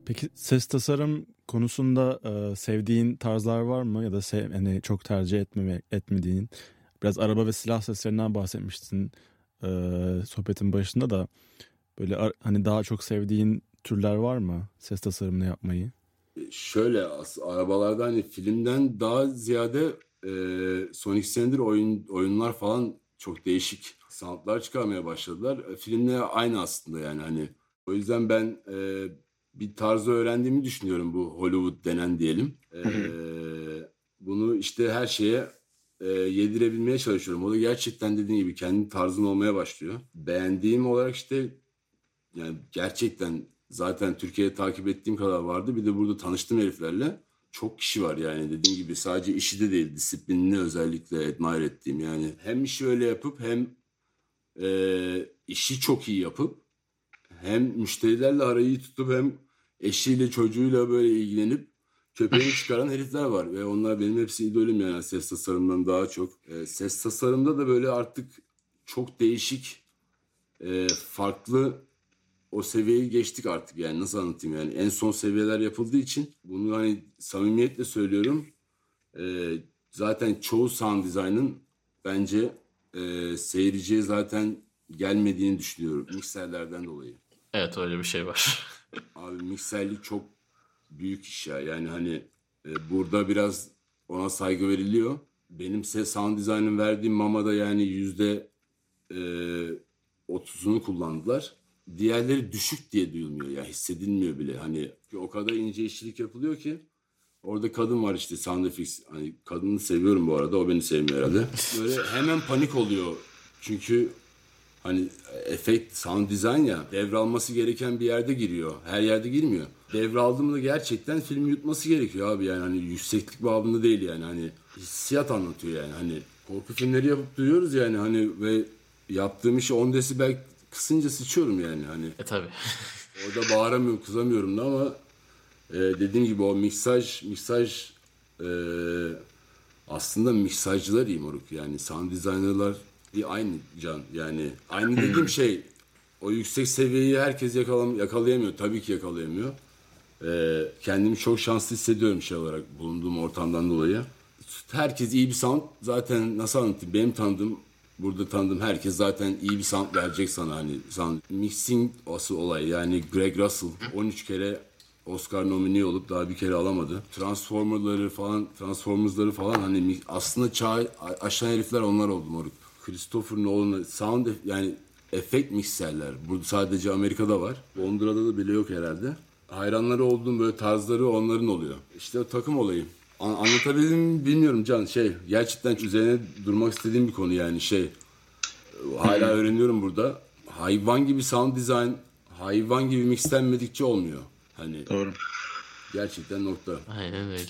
Peki ses tasarım konusunda sevdiğin tarzlar var mı ya da hani çok tercih etmediğin? Biraz araba ve silah seslerinden bahsetmiştin sohbetin başında da böyle hani daha çok sevdiğin türler var mı ses tasarımını yapmayı? Şöyle arabalarda hani filmden daha ziyade son 2 senedir oyunlar falan çok değişik soundlar çıkarmaya başladılar. Filmle aynı aslında yani hani. O yüzden ben bir tarzı öğrendiğimi düşünüyorum bu Hollywood denen diyelim. Bunu işte her şeye yedirebilmeye çalışıyorum. O da gerçekten dediğim gibi kendi tarzın olmaya başlıyor. Beğendiğim olarak işte yani gerçekten zaten Türkiye'de takip ettiğim kadar vardı. Bir de burada tanıştığım heriflerle çok kişi var yani dediğim gibi sadece işi de değil disiplinini özellikle admire ettiğim yani hem işi öyle yapıp hem işi çok iyi yapıp hem müşterilerle arayı iyi tutup hem eşiyle çocuğuyla böyle ilgilenip köpeğini çıkaran herifler var ve onlar benim hepsi idolüm yani ses tasarımından daha çok. Ses tasarımda da böyle artık çok değişik farklı o seviyeyi geçtik artık yani nasıl anlatayım yani en son seviyeler yapıldığı için bunu hani samimiyetle söylüyorum. Zaten çoğu sound design'ın bence seyirciye zaten gelmediğini düşünüyorum mikserlerden dolayı. Evet, öyle bir şey var. Abi mikserlik çok büyük iş ya yani hani burada biraz ona saygı veriliyor. Benim sound design'ın verdiğim mamada yani %30'unu kullandılar. Diğerleri düşük diye duyulmuyor ya hissedilmiyor bile hani o kadar ince işçilik yapılıyor ki orada kadın var işte sound effects hani kadını seviyorum bu arada o beni sevmiyor herhalde böyle hemen panik oluyor çünkü hani efekt sound design ya devralması gereken bir yerde giriyor her yerde girmiyor devraldığımda gerçekten film yutması gerekiyor abi yani hani yükseklik babında değil yani hani hissiyat anlatıyor yani hani korku filmleri yapıp duyuyoruz yani hani ve yaptığım işi 10 desibel kısınca sıçıyorum yani hani. Tabii. Orada bağıramıyorum, kızamıyorum da ama dediğim gibi o miksaj e, aslında miksajcılar iyi moruk yani sound designerlar aynı can yani aynı dediğim şey o yüksek seviyeyi herkes yakalayamıyor tabii ki yakalayamıyor. Kendimi çok şanslı hissediyorum şey olarak bulunduğum ortamdan dolayı. Herkes iyi bir sound zaten nasıl anlatayım benim burada tanıdığım herkes zaten iyi bir sound verecek sana hani sound mixing asıl olay yani Greg Russell 13 kere Oscar nomine olup daha bir kere alamadı. Transformers'ları falan hani aslında çağ aşağı herifler onlar oldu moruk. Christopher Nolan'ın sound yani efekt mikserler. Burada sadece Amerika'da var. Londra'da da bile yok herhalde. Hayranları olduğum böyle tarzları onların oluyor. İşte o takım olayı. Anlatabildim mi bilmiyorum Can. Gerçekten üzerine durmak istediğim bir konu yani hala öğreniyorum burada. Hayvan gibi sound design, hayvan gibi mixlenmedikçe olmuyor. Hani Doğru. gerçekten nokta. Aynen öyle.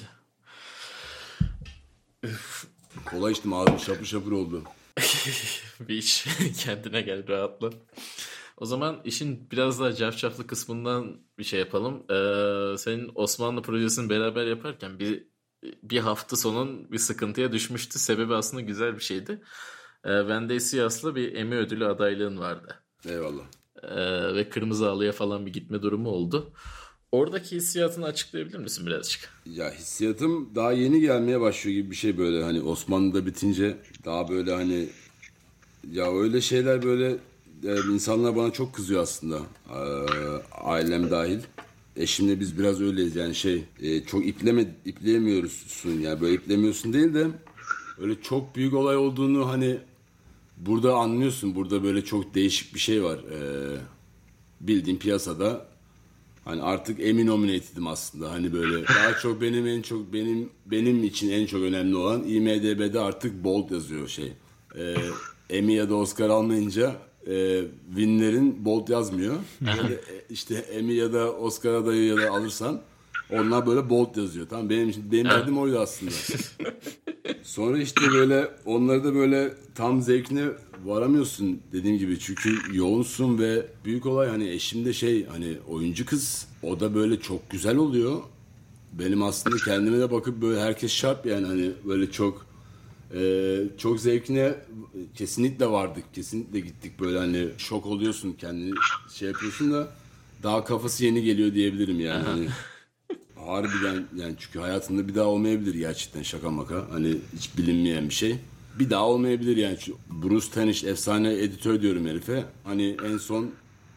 Kolay içtim ağzım şapır şapır oldu. Bir iç kendine gel rahatla. O zaman işin biraz daha cafcaflı kısmından bir şey yapalım. Senin Osmanlı projesini beraber yaparken bir hafta sonun bir sıkıntıya düşmüştü. Sebebi aslında güzel bir şeydi. Bende Siyas'la bir Emmy ödülü adaylığın vardı. Eyvallah. Ve Kırmızı Halı'ya falan bir gitme durumu oldu. Oradaki hissiyatını açıklayabilir misin birazcık? Ya hissiyatım daha yeni gelmeye başlıyor gibi bir şey böyle hani Osmanlı'da bitince daha böyle hani ya öyle şeyler böyle insanlar bana çok kızıyor aslında. Ailem dahil. Eşimle biz biraz öyleyiz yani çok ipleyemiyorsun yani böyle iplemiyorsun değil de öyle çok büyük olay olduğunu hani burada anlıyorsun. Burada böyle çok değişik bir şey var. Bildiğin piyasada hani artık Emmy nominated'im aslında. Hani böyle daha çok benim için en çok önemli olan IMDb'de artık bold yazıyor Emmy ya da Oscar almayınca winlerin bold yazmıyor. Böyle, işte Emmy ya da Oscar adayı ya da alırsan onlar böyle bold yazıyor. Tamam benim derdim oydu aslında. Sonra işte böyle onları da böyle tam zevkine varamıyorsun dediğim gibi çünkü yoğunsun ve büyük olay hani eşim de hani oyuncu kız o da böyle çok güzel oluyor. Benim aslında kendime de bakıp böyle herkes şarp yani hani böyle çok zevkine kesinlikle vardık. Kesinlikle gittik böyle hani şok oluyorsun kendini yapıyorsun da daha kafası yeni geliyor diyebilirim yani. Hani harbiden yani, çünkü hayatında bir daha olmayabilir gerçekten, şaka maka. Hani hiç bilinmeyen bir şey. Bir daha olmayabilir yani. Bruce Tannish, efsane editör diyorum herife. Hani en son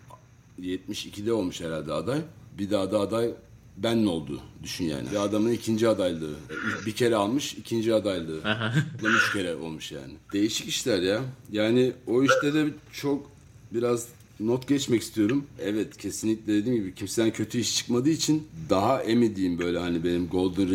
72'de olmuş herhalde aday. Bir daha da aday ben ne oldu düşün yani. Bir adamın ikinci adaylığı. Bir kere almış, ikinci adaylığı. Bundan 3 kere olmuş yani. Değişik işler ya. Yani o işte de çok biraz not geçmek istiyorum. Evet, kesinlikle dediğim gibi kimseden kötü iş çıkmadığı için daha Emmy diyeyim, böyle hani benim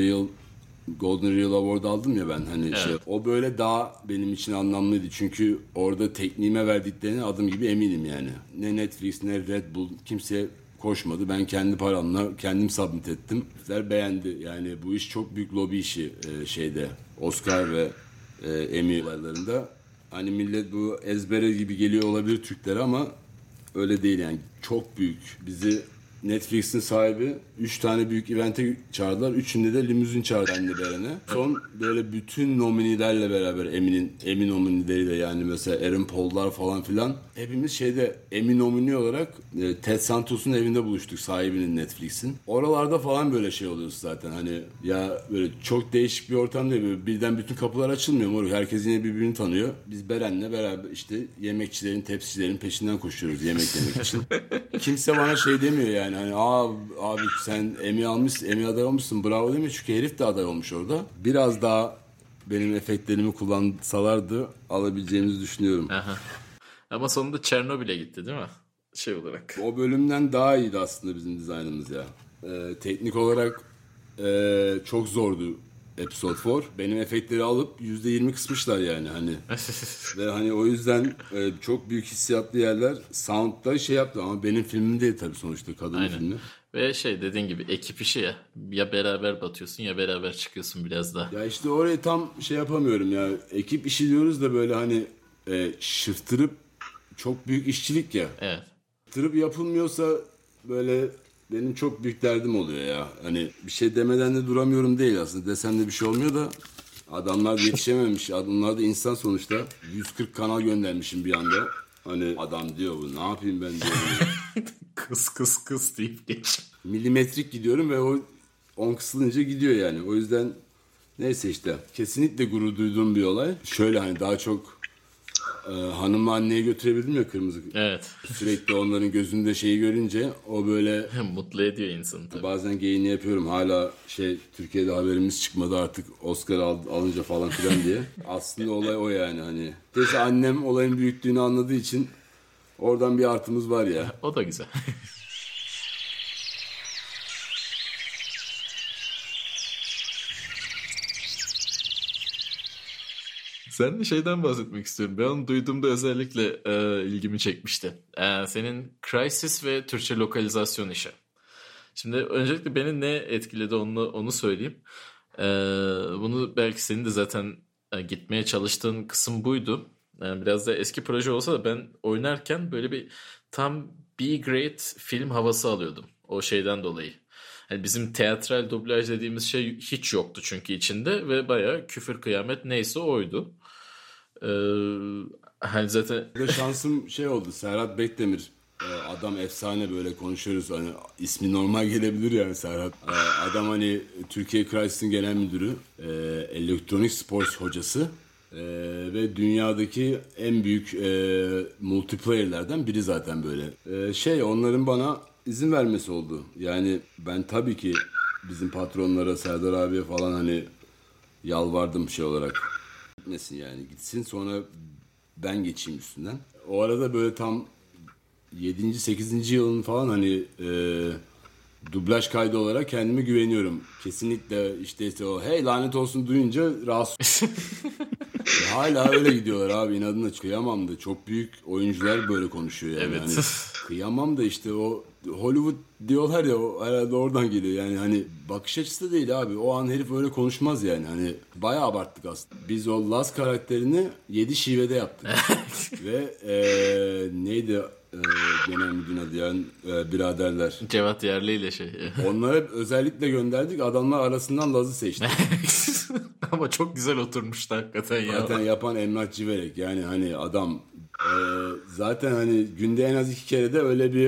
Golden Reel Award aldım ya ben, hani şey, o böyle daha benim için anlamlıydı. Çünkü orada tekniğime verdiklerine adım gibi eminim yani. Ne Netflix ne Red Bull kimseye koşmadı. Ben kendi paramla kendim submit ettim. Beğendi. Yani bu iş çok büyük lobi işi şeyde. Oscar ve Emmy olaylarında. Hani millet bu ezbere gibi geliyor olabilir Türklere ama öyle değil yani. Çok büyük. Bizi Netflix'in sahibi 3 tane büyük event'e çağırdılar. Üçünde de limuzin çağırdı anne Beren'e. Son böyle bütün nominilerle beraber Emmy nominileriyle, yani mesela Aaron Paul'lar falan filan. Hepimiz şeyde Emmy nomini olarak Ted Santos'un evinde buluştuk, sahibinin, Netflix'in. Oralarda falan böyle şey oluyoruz zaten, hani ya böyle çok değişik bir ortam değil. Böyle birden bütün kapılar açılmıyor mu? Herkes yine birbirini tanıyor. Biz Beren'le beraber işte yemekçilerin, tepsicilerin peşinden koşuyoruz yemek yemek için. Kimse bana şey demiyor yani. Hani abi sen Emmy aday olmuşsun, bravo demiyor, çünkü herif de aday olmuş orada. Biraz daha benim efektlerimi kullansalardı alabileceğimizi düşünüyorum. Aha. Ama sonunda Çernobil'e gitti değil mi? Şey olarak. O bölümden daha iyiydi aslında bizim dizaynımız ya. Teknik olarak çok zordu Episode 4. Benim efektleri alıp %20 kısmışlar yani hani. Ve hani o yüzden çok büyük hissiyatlı yerler. Sound'da şey yaptı ama benim filmim değil tabii, sonuçta kadın filmi. Ve şey, dediğin gibi ekip işi ya. Ya beraber batıyorsun ya beraber çıkıyorsun biraz daha. Ya işte orayı tam şey yapamıyorum ya. Ekip işi diyoruz da böyle hani şırttırıp çok büyük işçilik ya. Evet. Şırttırıp yapılmıyorsa böyle benim çok büyük derdim oluyor ya. Hani bir şey demeden de duramıyorum değil aslında. Desem de bir şey olmuyor da adamlar yetişememiş. Adamlar da insan sonuçta. 140 kanal göndermişim bir anda. Hani adam diyor bu, ne yapayım ben diyor. Kıs deyip geç. Milimetrik gidiyorum ve o 10 kısılınca gidiyor yani. O yüzden neyse işte. Kesinlikle gurur duyduğum bir olay. Şöyle hani daha çok hanımla anneye götürebildim ya kırmızı. Evet. Sürekli onların gözünde şeyi görünce o böyle mutlu ediyor insanı tabii. Bazen geyini yapıyorum. Hala Türkiye'de haberimiz çıkmadı artık Oscar alınca falan filan diye. Aslında olay o yani hani. Neyse, annem olayın büyüklüğünü anladığı için oradan bir artımız var ya. O da güzel. Sen de şeyden bahsetmek istiyorum. Ben onu duyduğumda özellikle ilgimi çekmişti. Senin Crysis ve Türkçe lokalizasyon işi. Şimdi öncelikle beni ne etkiledi onu söyleyeyim. Bunu belki senin de zaten gitmeye çalıştığın kısım buydu. Yani biraz da eski proje olsa da ben oynarken böyle bir tam B-grade film havası alıyordum. O şeyden dolayı. Yani bizim teatral dublaj dediğimiz şey hiç yoktu çünkü içinde ve bayağı küfür kıyamet neyse oydu. Hani zaten Şansım oldu, Serhat Bekdemir. Adam efsane, böyle konuşuyoruz, hani ismi normal gelebilir yani Serhat. Adam hani Türkiye Crysis'in genel müdürü, elektronik sports hocası ve dünyadaki en büyük multiplayer'lerden biri zaten böyle. Onların bana izin vermesi oldu. Yani ben tabii ki bizim patronlara, Serdar abiye falan hani yalvardım olarak. Gitmesin yani, gitsin sonra ben geçeyim üstünden. O arada böyle tam 7. 8. yılın falan hani dublaj kaydı olarak kendime güveniyorum. Kesinlikle işte o hey lanet olsun duyunca rahatsız. Hala öyle gidiyorlar abi, inadına kıyamam da, çok büyük oyuncular böyle konuşuyor yani. Evet. Hani kıyamam da işte o Hollywood diyorlar ya, o herhalde oradan geliyor yani. Hani bakış açısı da değil abi, o an herif öyle konuşmaz yani. Hani bayağı abarttık aslında. Biz o Laz karakterini 7 şivede yaptık. Ve neydi genel müdürün adı yani, biraderler. Cevat Yerli ile Onlara özellikle gönderdik, adamlar arasından Laz'ı seçti. Ama çok güzel oturmuştu hakikaten ya. Zaten yapan Emrah Civerek yani, hani adam zaten hani günde en az 2 kere de öyle bir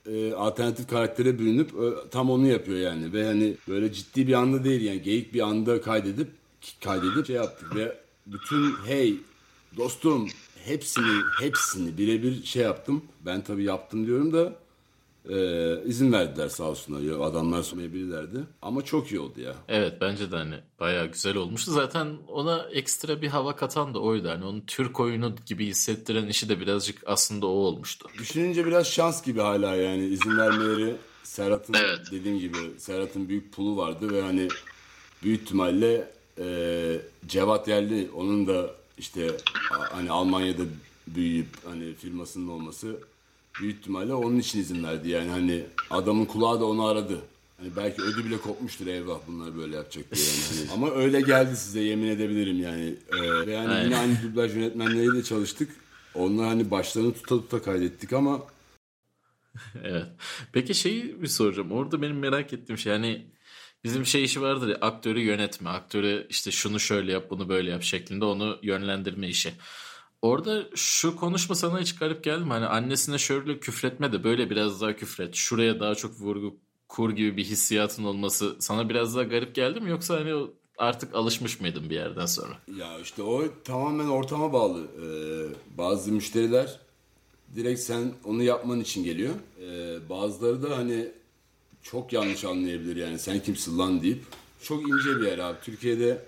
alternatif karaktere bürünüp tam onu yapıyor yani. Ve hani böyle ciddi bir anda değil yani, geyik bir anda kaydedip şey yaptık ve bütün hey dostum hepsini birebir şey yaptım. Ben tabii yaptım diyorum da izin verdiler sağ olsunlar. Ya, adamlar söyleyebilirlerdi. Ama çok iyi oldu ya. Evet, bence de hani bayağı güzel olmuştu. Zaten ona ekstra bir hava katan da oydu. Hani onu Türk oyunu gibi hissettiren işi de birazcık aslında o olmuştu. Düşününce biraz şans gibi hala yani izin vermeleri. Serhat'ın dediğim gibi Serhat'ın büyük pulu vardı ve hani büyük ihtimalle Cevat Yerli, onun da işte hani Almanya'da büyüyüp hani firmasının olması büyük ihtimalle onun için izin verdi. Yani hani adamın kulağı da onu aradı. Hani belki ödü bile kopmuştur, eyvah bunlar böyle yapacak diye yani. Hani, ama öyle geldi, size yemin edebilirim yani. Ve yani yine aynı dublaj yönetmenleriyle çalıştık. Onlar hani başlarını tuta kaydettik ama. Evet. Peki şeyi bir soracağım. Orada benim merak ettiğim şey, hani bizim şey işi vardır ya, aktörü yönetme, aktörü işte şunu şöyle yap, bunu böyle yap şeklinde onu yönlendirme işi. Orada şu konuşma sana hiç garip geldi mi? Hani annesine şöyle küfretme de böyle biraz daha küfret, şuraya daha çok vurgu kur gibi bir hissiyatın olması sana biraz daha garip geldi mi? Yoksa hani artık alışmış mıydın bir yerden sonra? Ya işte o tamamen ortama bağlı. Bazı müşteriler direkt sen onu yapman için geliyor. Bazıları da hani çok yanlış anlayabilir yani, sen kimsin lan deyip. Çok ince bir yer abi. Türkiye'de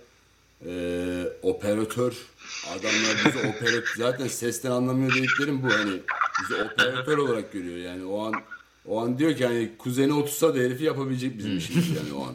operatör adamlar bizi operatör, zaten sesten anlamıyor dediklerim bu, hani bizi operatör olarak görüyor yani o an diyor ki hani kuzeni otursa da herifi yapabilecek bizim işimiz yani o an.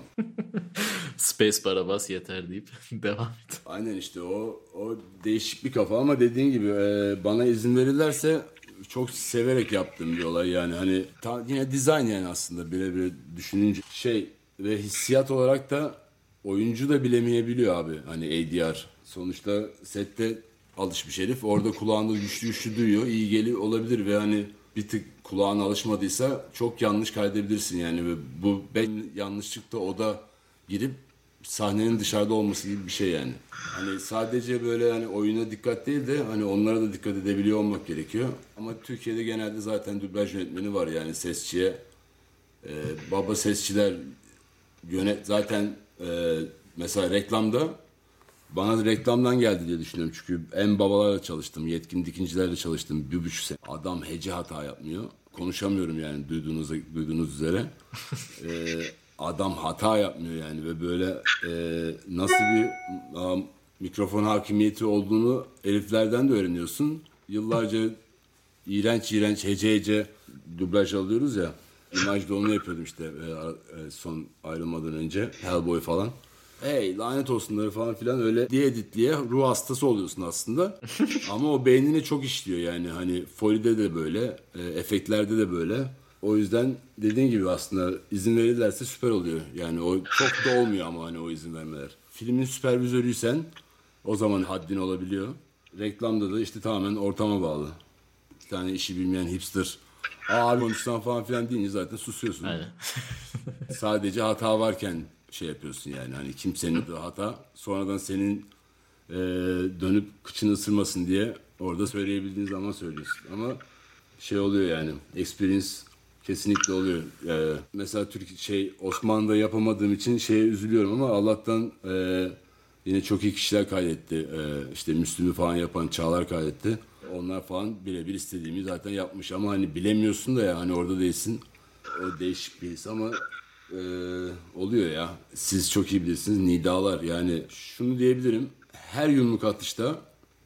Space bara bas yeter deyip devam et. Aynen işte o değişik bir kafa ama dediğin gibi bana izin verirlerse çok severek yaptığım bir olay yani, hani yine dizayn yani aslında birebir düşününce şey ve hissiyat olarak da oyuncu da bilemeyebiliyor abi, hani ADR sonuçta sette alışmış herif, orada kulağında güçlü duyuyor, iyi geliyor olabilir ve hani bir tık kulağına alışmadıysa çok yanlış kaydedebilirsin yani, ve bu ben yanlışlıkla o da girip sahnenin dışarıda olması gibi bir şey yani. Hani sadece böyle hani oyuna dikkat değil de hani onlara da dikkat edebiliyor olmak gerekiyor. Ama Türkiye'de genelde zaten dublaj yönetmeni var yani sesçiye. Baba sesçiler zaten mesela reklamda bana reklamdan geldi diye düşünüyorum. Çünkü en babalarla çalıştım, yetkin dikincilerle çalıştım 1,5 sene. Adam hece hata yapmıyor. Konuşamıyorum yani duyduğunuz üzere. Adam hata yapmıyor yani ve böyle nasıl bir mikrofon hakimiyeti olduğunu heriflerden de öğreniyorsun. Yıllarca iğrenç hece dublaj alıyoruz ya. İmajda onu yapıyordum işte son ayrılmadan önce. Hellboy falan. Hey lanet olsunları falan filan öyle diye editliye ruh hastası oluyorsun aslında. Ama o beynine çok işliyor yani, hani Foley'de de böyle, efektlerde de böyle. O yüzden dediğin gibi aslında izin verirlerse süper oluyor. Yani o çok da olmuyor ama hani o izin vermeler. Filmin süpervizörüysen o zaman haddin olabiliyor. Reklamda da işte tamamen ortama bağlı. Bir tane işi bilmeyen hipster abi konuşsan falan filan deyince zaten susuyorsun. Aynen. Sadece hata varken şey yapıyorsun yani, hani kimsenin de hata sonradan senin dönüp kıçını ısırmasın diye orada söyleyebildiğin zaman söylüyorsun. Ama şey oluyor yani, experience kesinlikle oluyor. Mesela Osmanlı'da yapamadığım için şeye üzülüyorum ama Allah'tan yine çok iyi kişiler kaydetti. İşte Müslüm'ü falan yapan Çağlar kaydetti. Onlar falan birebir istediğimi zaten yapmış ama hani bilemiyorsun da ya, hani orada değilsin. O değişik bir his ama oluyor ya. Siz çok iyi bilirsiniz, nidalar yani. Şunu diyebilirim, her yumruk atışta,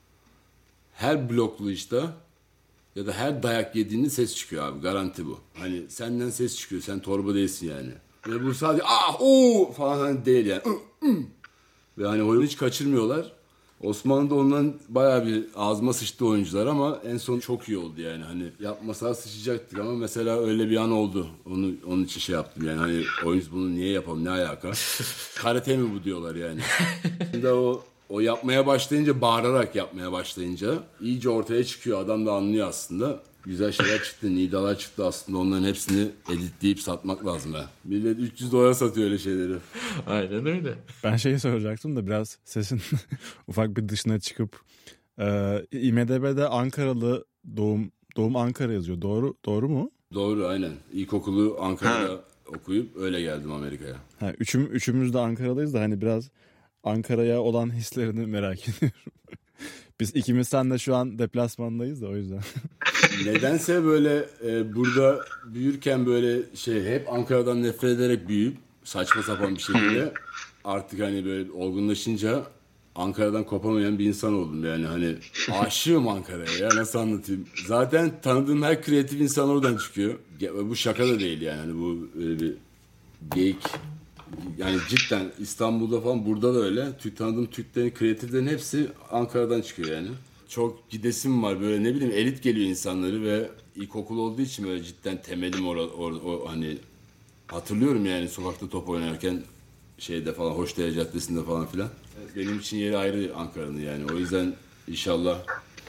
her bloklayışta ya da her dayak yediğinde ses çıkıyor abi, garanti bu. Hani senden ses çıkıyor, sen torba değilsin yani. Ve bu sadece falan hani değil yani. Ve hani oyunu hiç kaçırmıyorlar. Osmanlı'da ondan bayağı bir ağzıma sıçtı oyuncular ama en son çok iyi oldu yani, hani yapmasa sıçacaktık ama mesela öyle bir an oldu. Onun için şey yaptım yani, hani oyuncu bunu niye yapalım, ne alaka? Karate mi bu diyorlar yani. Şimdi o yapmaya başlayınca, bağırarak yapmaya başlayınca iyice ortaya çıkıyor. Adam da anlıyor aslında. Güzel şeyler çıktı, nidalar çıktı aslında. Onların hepsini editleyip satmak lazım ha. Millet $300 satıyor öyle şeyleri. Aynen öyle. Ben şeyi soracaktım da biraz sesin ufak bir dışına çıkıp IMDb'de Ankaralı doğum Ankara yazıyor. Doğru mu? Doğru, aynen. İlkokulu Ankara'da okuyup öyle geldim Amerika'ya. Ha, üçümüz de Ankara'dayız da hani biraz Ankara'ya olan hislerini merak ediyorum. Biz ikimiz seninle şu an deplasmandayız da o yüzden. Nedense böyle burada büyürken böyle hep Ankara'dan nefret ederek büyüyüp saçma sapan bir şekilde artık hani böyle olgunlaşınca Ankara'dan kopamayan bir insan oldum yani hani aşığım Ankara'ya ya, nasıl anlatayım. Zaten tanıdığım her kreatif insan oradan çıkıyor. Bu şaka da değil yani, hani bu bir geyik. Yani cidden İstanbul'da falan, burada da öyle. Tanıdığım Türklerin, kreatiflerin hepsi Ankara'dan çıkıyor yani. Çok gidesim var böyle, ne bileyim, elit geliyor insanları ve ilkokul olduğu için böyle cidden temelim hani hatırlıyorum yani sokakta top oynarken falan, Hoşdere Caddesi'nde falan filan. Benim için yeri ayrı Ankara'nın yani. O yüzden inşallah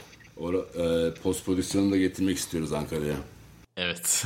post prodüksiyonu da getirmek istiyoruz Ankara'ya. Evet.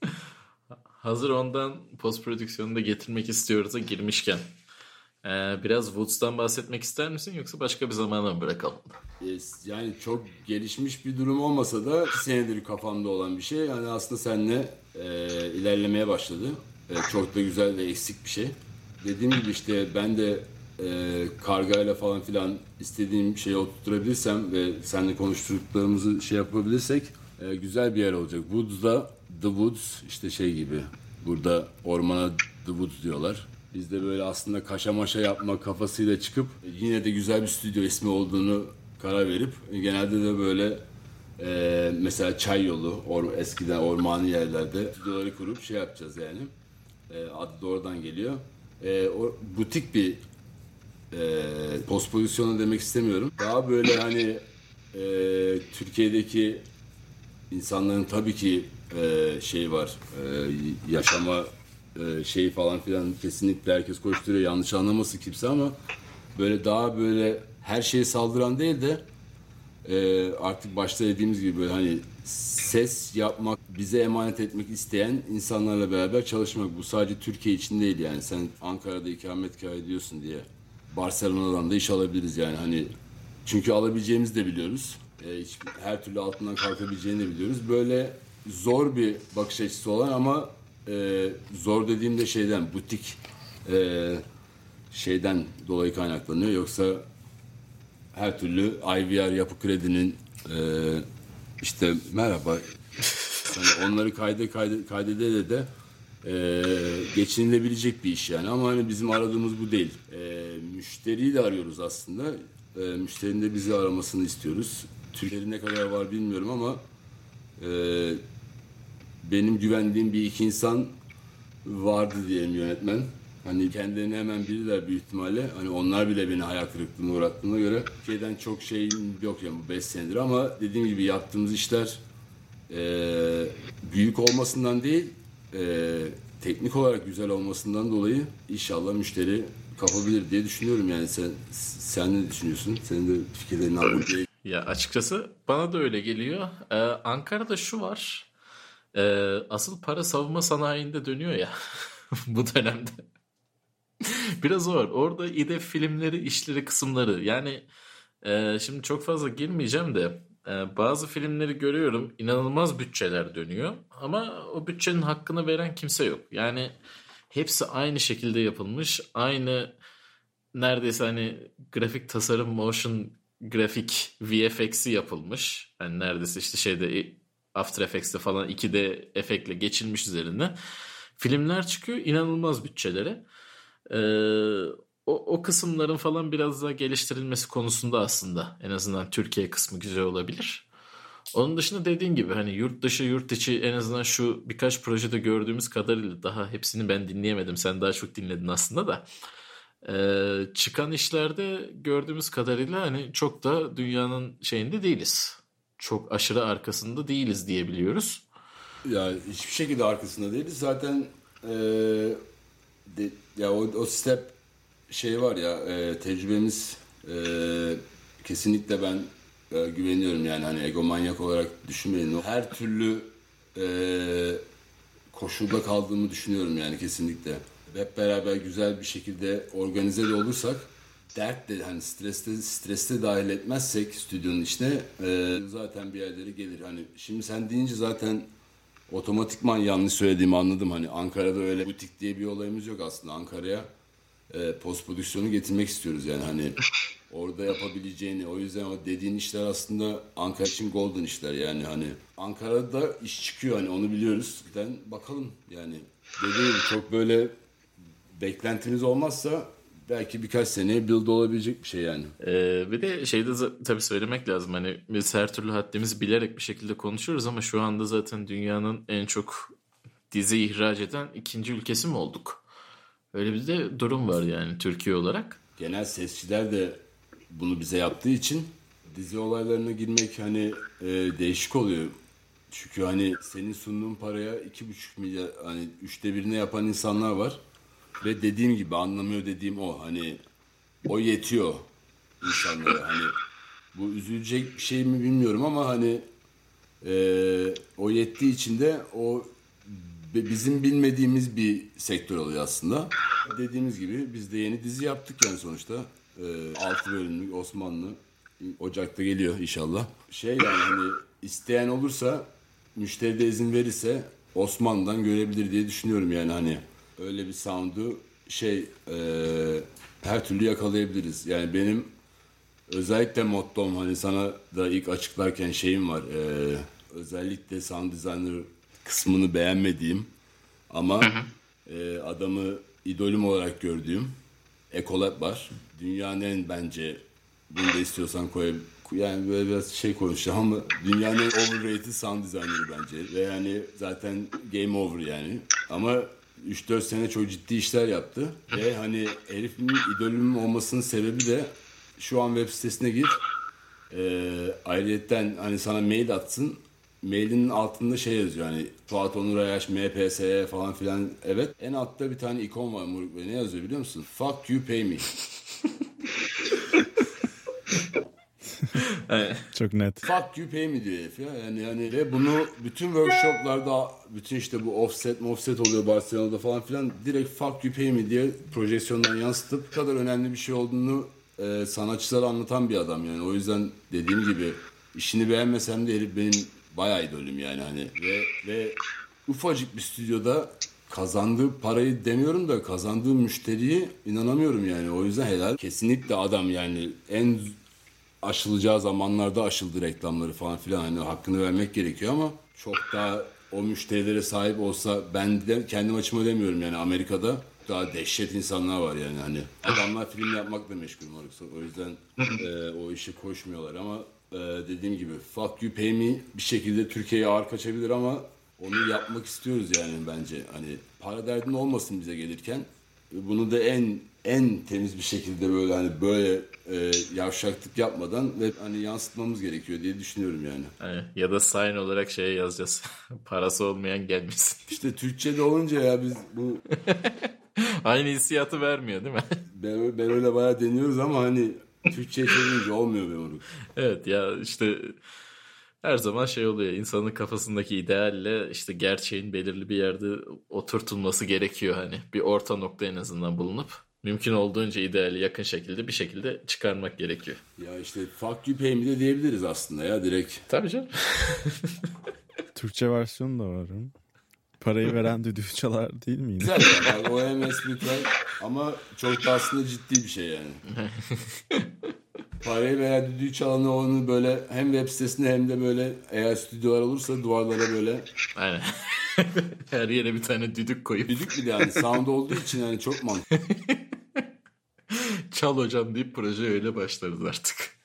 Hazır ondan post prodüksiyonu da getirmek istiyoruz'a girmişken. Biraz Woods'tan bahsetmek ister misin yoksa başka bir zamana mı bırakalım? Yani çok gelişmiş bir durum olmasa da 2 senedir kafamda olan bir şey. Yani aslında seninle ilerlemeye başladı. Çok da güzel ve eksik bir şey. Dediğim gibi işte ben de kargayla falan filan istediğim şeyi oturtturabilirsem ve seninle konuştuklarımızı yapabilirsek güzel bir yer olacak. Woods'da The Woods işte gibi, burada ormana The Woods diyorlar. Biz de böyle aslında kaşa maşa yapma kafasıyla çıkıp yine de güzel bir stüdyo ismi olduğunu karar verip genelde de böyle mesela Çay Yolu, eskiden ormanlı yerlerde stüdyoları kurup yapacağız yani. Adı da oradan geliyor. Butik bir post pozisyonu demek istemiyorum. Daha böyle hani Türkiye'deki insanların tabii ki var, yaşama falan filan, kesinlikle herkes koşturuyor, yanlış anlamasın kimse, ama böyle daha böyle her şeye saldıran değil de artık başta dediğimiz gibi böyle hani ses yapmak, bize emanet etmek isteyen insanlarla beraber çalışmak. Bu sadece Türkiye için değil yani. Sen Ankara'da ikametgah ediyorsun diye Barcelona'dan da iş alabiliriz yani, hani çünkü alabileceğimizi de biliyoruz. Her türlü altından kalkabileceğini de biliyoruz. Böyle zor bir bakış açısı olan ama zor dediğimde butik dolayı kaynaklanıyor. Yoksa her türlü IVR, Yapı Kredi'nin işte merhaba yani onları kaydede de geçinilebilecek bir iş yani. Ama hani bizim aradığımız bu değil. Müşteriyi de arıyoruz aslında. Müşterinin de bizi aramasını istiyoruz. Türkiye'de ne kadar var bilmiyorum ama benim güvendiğim bir iki insan vardı diyelim, yönetmen. Hani kendilerini hemen bilirler büyük ihtimalle. Hani onlar bile beni hayal kırıklığına uğrattığına göre Türkiye'den çok yok yani bu 5 senedir, ama dediğim gibi yaptığımız işler büyük olmasından değil, teknik olarak güzel olmasından dolayı inşallah müşteri kapabilir diye düşünüyorum yani. Sen ne düşünüyorsun? Senin de fikirlerini almak gerekiyor. Ya açıkçası bana da öyle geliyor. Ankara'da şu var. Asıl para savunma sanayinde dönüyor ya bu dönemde. Biraz zor. Orada İDE filmleri, işleri, kısımları. Yani şimdi çok fazla girmeyeceğim de bazı filmleri görüyorum. İnanılmaz bütçeler dönüyor. Ama o bütçenin hakkını veren kimse yok. Yani hepsi aynı şekilde yapılmış. Aynı neredeyse hani grafik tasarım, motion grafik, VFX'i yapılmış. Yani neredeyse işte After Effects'te falan 2D efektle geçilmiş üzerine. Filmler çıkıyor inanılmaz bütçelere. O kısımların falan biraz daha geliştirilmesi konusunda aslında en azından Türkiye kısmı güzel olabilir. Onun dışında dediğin gibi hani yurt dışı yurt içi en azından şu birkaç projede gördüğümüz kadarıyla, daha hepsini ben dinleyemedim, sen daha çok dinledin aslında da, çıkan işlerde gördüğümüz kadarıyla hani çok da dünyanın şeyinde değiliz. Çok aşırı arkasında değiliz diyebiliyoruz. Ya hiçbir şekilde arkasında değiliz. Zaten ya o step var ya, tecrübemiz kesinlikle ben güveniyorum yani, hani egomanyak olarak düşünmeyin. Her türlü koşulda kaldığımı düşünüyorum yani, kesinlikle. Hep beraber güzel bir şekilde organize de olursak, dert de hani streste dahil etmezsek stüdyonun içine zaten bir yerlere gelir. Hani şimdi sen deyince zaten otomatikman yanlış söylediğimi anladım. Hani Ankara'da öyle butik diye bir olayımız yok aslında. Ankara'ya post prodüksiyonu getirmek istiyoruz yani hani orada yapabileceğini. O yüzden o dediğin işler aslında Ankara için golden işler yani hani Ankara'da iş çıkıyor hani onu biliyoruz. Bakalım yani dediğim gibi çok böyle beklentimiz olmazsa belki birkaç seneye build olabilecek bir şey yani. Bir de şeyde tabii söylemek lazım. Hani biz her türlü haddimizi bilerek bir şekilde konuşuyoruz ama şu anda zaten dünyanın en çok dizi ihraç eden ikinci ülkesi mi olduk? Öyle bir de durum var yani Türkiye olarak. Genel sesçiler de bunu bize yaptığı için dizi olaylarına girmek hani değişik oluyor. Çünkü hani senin sunduğun paraya 2,5 milyar hani 1/3'ine yapan insanlar var. Ve dediğim gibi anlamıyor dediğim o. Hani o yetiyor insanlara. Hani bu üzülecek bir şey mi bilmiyorum ama hani o yettiği için de o bizim bilmediğimiz bir sektör oluyor aslında. Dediğimiz gibi biz de yeni dizi yaptık yani sonuçta. 6 bölümlük Osmanlı Ocak'ta geliyor inşallah. Yani hani isteyen olursa müşteri de izin verirse Osmanlı'dan görebilir diye düşünüyorum yani hani öyle bir sound'u her türlü yakalayabiliriz. Yani benim özellikle mottom hani sana da ilk açıklarken şeyim var. Özellikle sound designer kısmını beğenmediğim ama adamı idolüm olarak gördüğüm Ecolab var. Dünyanın en bence bunu da istiyorsan yani böyle biraz konuşacağım ama dünyanın en overrated sound designer'ı bence. Ve yani zaten game over yani. Ama 3-4 sene çok ciddi işler yaptı. Ve hani herifin idolüm olmasının sebebi de şu an web sitesine gir. Ayrıyetten hani sana mail atsın. Mailinin altında yazıyor hani Fuat Onur Ayaş, MPSE falan filan. Evet. En altta bir tane ikon var Muruk Bey. Ne yazıyor biliyor musun? Fuck you pay me. Çok net. Fuck you pay me diyor herif ya. Yani ve bunu bütün workshoplarda bütün işte bu offset oluyor Barcelona'da falan filan direkt fuck you pay me diye projeksiyondan yansıtıp ne kadar önemli bir şey olduğunu sanatçılara anlatan bir adam yani. O yüzden dediğim gibi işini beğenmesem de herif benim bayağı idolüm yani hani ve ufacık bir stüdyoda kazandığı parayı demiyorum da kazandığı müşteriyi inanamıyorum yani. O yüzden helal. Kesinlikle adam yani en aşılacağı zamanlarda aşıldı reklamları falan filan hani hakkını vermek gerekiyor ama çok daha o müşterilere sahip olsa ben de kendim açıma demiyorum yani Amerika'da daha dehşet insanlar var yani hani adamlar film yapmakla meşgul moruksa o yüzden o işe koşmuyorlar ama dediğim gibi fuck you pay me bir şekilde Türkiye'ye ağır kaçabilir ama onu yapmak istiyoruz yani bence hani para derdin olmasın bize gelirken bunu da en temiz bir şekilde böyle hani böyle yavşaklık yapmadan ve hani yansıtmamız gerekiyor diye düşünüyorum yani. Ya da sign olarak yazacağız. Parası olmayan gelmesin. İşte Türkçe'de olunca ya biz bu aynı hissiyatı vermiyor değil mi? ben öyle bayağı deniyoruz ama hani Türkçe'ye çevirince olmuyor be moruk. Evet ya işte her zaman oluyor. İnsanın kafasındaki idealle işte gerçeğin belirli bir yerde oturtulması gerekiyor hani. Bir orta nokta en azından bulunup mümkün olduğunca ideali yakın şekilde bir şekilde çıkarmak gerekiyor. Ya işte fuck you pay me de diyebiliriz aslında ya direkt. Tabii canım. Türkçe versiyonu da var. Parayı veren düdüğü çalar değil mi yine? Güzel yani o espritüel ama çok da aslında ciddi bir şey yani. Parayı veya düdüğü çalanı onu böyle hem web sitesinde hem de böyle eğer stüdyolar olursa duvarlara böyle. Aynen. Her yere bir tane düdük koyup. Düdük bile yani sound olduğu için yani çok mantıklı. Çal hocam deyip proje öyle başlarız artık.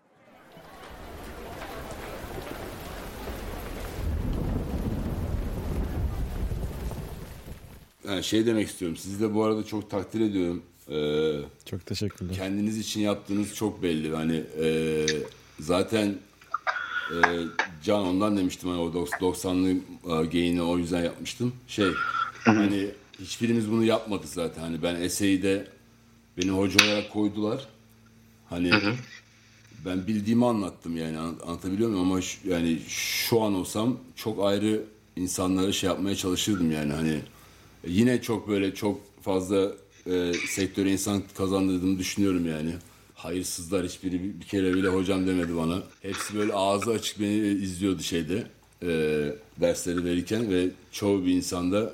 Yani demek istiyorum. Sizi de bu arada çok takdir ediyorum. Çok teşekkürler. Kendiniz için yaptığınız çok belli. Hani zaten Can ondan demiştim hani o 90'lı geyini o yüzden yapmıştım. Hani hiçbirimiz bunu yapmadık zaten. Hani ben eseyi de beni hoca olarak koydular. Hani ben bildiğimi anlattım yani anlatabiliyor muyum ama yani şu an olsam çok ayrı insanlara yapmaya çalışırdım yani hani yine çok böyle çok fazla sektöre insan kazandırdığımı düşünüyorum yani. Hayırsızlar hiçbiri bir kere bile hocam demedi bana. Hepsi böyle ağzı açık beni izliyordu dersleri verirken ve çoğu bir insanda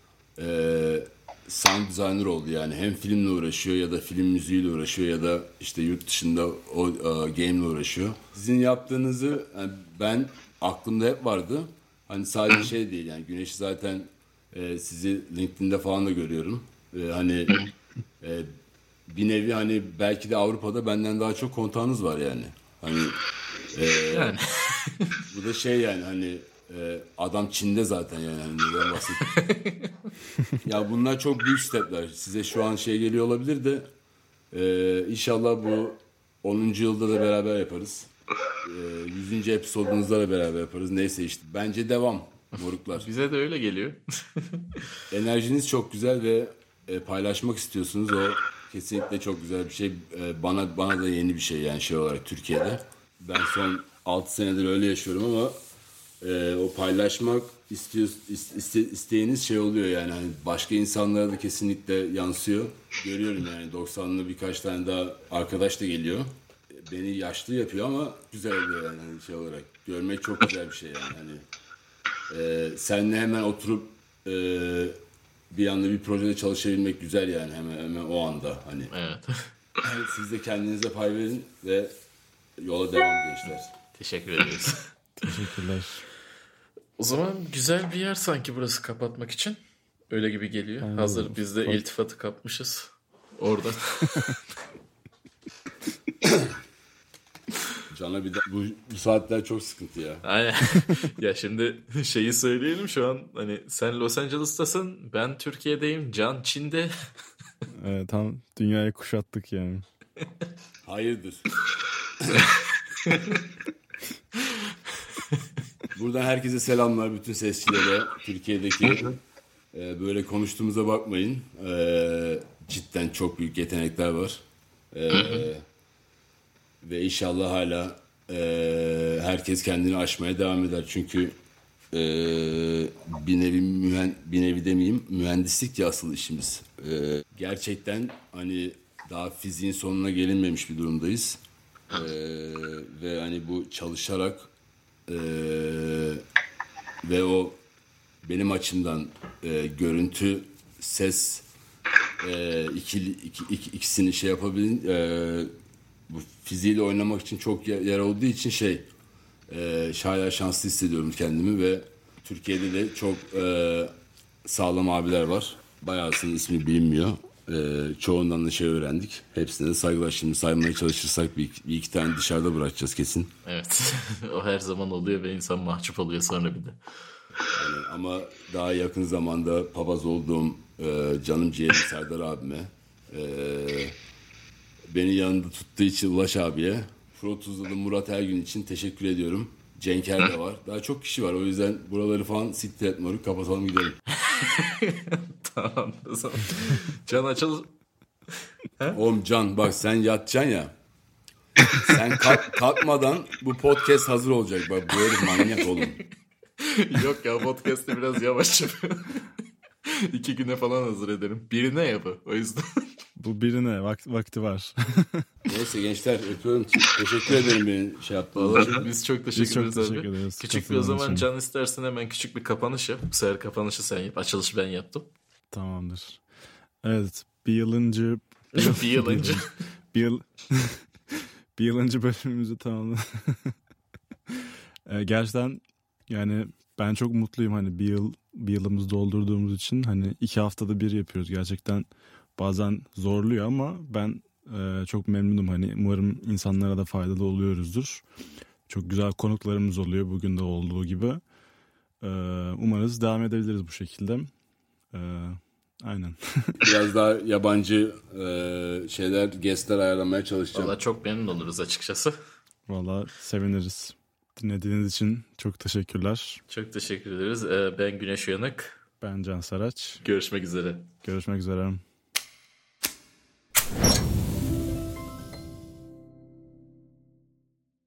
sound designer oldu yani. Hem filmle uğraşıyor ya da film müziğiyle uğraşıyor ya da işte yurt dışında o game'le uğraşıyor. Sizin yaptığınızı yani ben aklımda hep vardı. Hani sadece şey değil yani Güneş zaten sizi LinkedIn'de falan da görüyorum. Hani bir nevi hani belki de Avrupa'da benden daha çok kontağınız var yani. Hani Yani. bu da şey yani hani adam Çin'de zaten yani hani neden bahsediyorum. Ya bunlar çok büyük stepler. Size şu an şey geliyor olabilir de inşallah bu 10. yılda da beraber yaparız. 100. episodunuzda da beraber yaparız. Neyse işte. Bence devam moruklar. Bize de öyle geliyor. Enerjiniz çok güzel ve paylaşmak istiyorsunuz. O kesinlikle çok güzel bir şey. Bana da yeni bir şey yani şey olarak Türkiye'de. Ben son 6 senedir öyle yaşıyorum ama o paylaşmak isteğiniz şey oluyor yani hani başka insanlara da kesinlikle yansıyor. Görüyorum yani 90'lı birkaç tane daha arkadaş da geliyor. Beni yaşlı yapıyor ama güzel oluyor yani hani şey olarak. Görmek çok güzel bir şey yani hani. Seninle hemen oturup bir anda bir projede çalışabilmek güzel yani hemen o anda hani. Evet. Siz de kendinize pay verin ve yola devam gençler. Teşekkür ederiz. Teşekkürler. O zaman güzel bir yer sanki burası kapatmak için. Öyle gibi geliyor. Aynen. Hazır biz de iltifatı kapmışız. Orada. Can'a bir de bu saatler çok sıkıntı ya. Aynen. Ya şimdi şeyi söyleyelim şu an hani sen Los Angeles'tasın, ben Türkiye'deyim, Can Çin'de. Tam dünyayı kuşattık yani. Hayırdır? Buradan herkese selamlar bütün sesçilere. Türkiye'deki böyle konuştuğumuza bakmayın. Cidden çok büyük yetenekler var. Ve inşallah hala herkes kendini aşmaya devam eder. Çünkü bir nevi demeyeyim mühendislik ya asıl işimiz. Gerçekten hani daha fiziğin sonuna gelinmemiş bir durumdayız. Ve hani bu çalışarak ve o benim açımdan görüntü, ses ikisini şey yapabilin bu fiziğiyle oynamak için çok yer olduğu için hala şanslı hissediyorum kendimi ve Türkiye'de de çok sağlam abiler var. Bayağısının ismi bilinmiyor. Çoğundan da şey öğrendik. Hepsine de saygılar. Şimdi saymaya çalışırsak bir iki tane dışarıda bırakacağız kesin. Evet. O her zaman oluyor ve insan mahcup oluyor sonra bir de. Yani ama daha yakın zamanda papaz olduğum canım ciğerim Serdar abime, beni yanında tuttuğu için Ulaş abiye, Frotuz'da da Murat Ergün için teşekkür ediyorum. Cenker de var. Daha çok kişi var. O yüzden buraları falan siktir et moruk. Kapatalım gidelim. Tamam. O zaman. Can açıl. Oğlum Can bak sen yatacaksın ya. Sen kalkmadan bu podcast hazır olacak. Bak bu herif manyak oğlum. Yok ya podcast'ı biraz yavaş yapıyor. 2 güne falan hazır ederim. Birine ya bu. O yüzden. Bu birine vakti var. Neyse gençler öpüyorum. Teşekkür ederim beni şey yaptığınız için. Vallahi biz çok teşekkür ederiz teşekkür abi. ederiz. Küçük bir o zaman Can istersen hemen küçük bir kapanış yap. Bu sefer kapanışı sen yap. Açılışı ben yaptım. Tamamdır. Evet. Bir yıl önce bölümümüzü tamamladık. Gerçekten yani ben çok mutluyum hani bir yılımızı doldurduğumuz için hani 2 haftada bir yapıyoruz. Gerçekten bazen zorluyor ama ben çok memnunum hani umarım insanlara da faydalı oluyoruzdur. Çok güzel konuklarımız oluyor bugün de olduğu gibi. Umarız devam edebiliriz bu şekilde. Aynen. Biraz daha yabancı guestler ayarlamaya çalışacağım. Valla çok memnun oluruz açıkçası. Valla seviniriz. Dinlediğiniz için çok teşekkürler. Çok teşekkür ederiz. Ben Güneş Uyanık. Ben Can Saraç. Görüşmek üzere. Görüşmek üzere.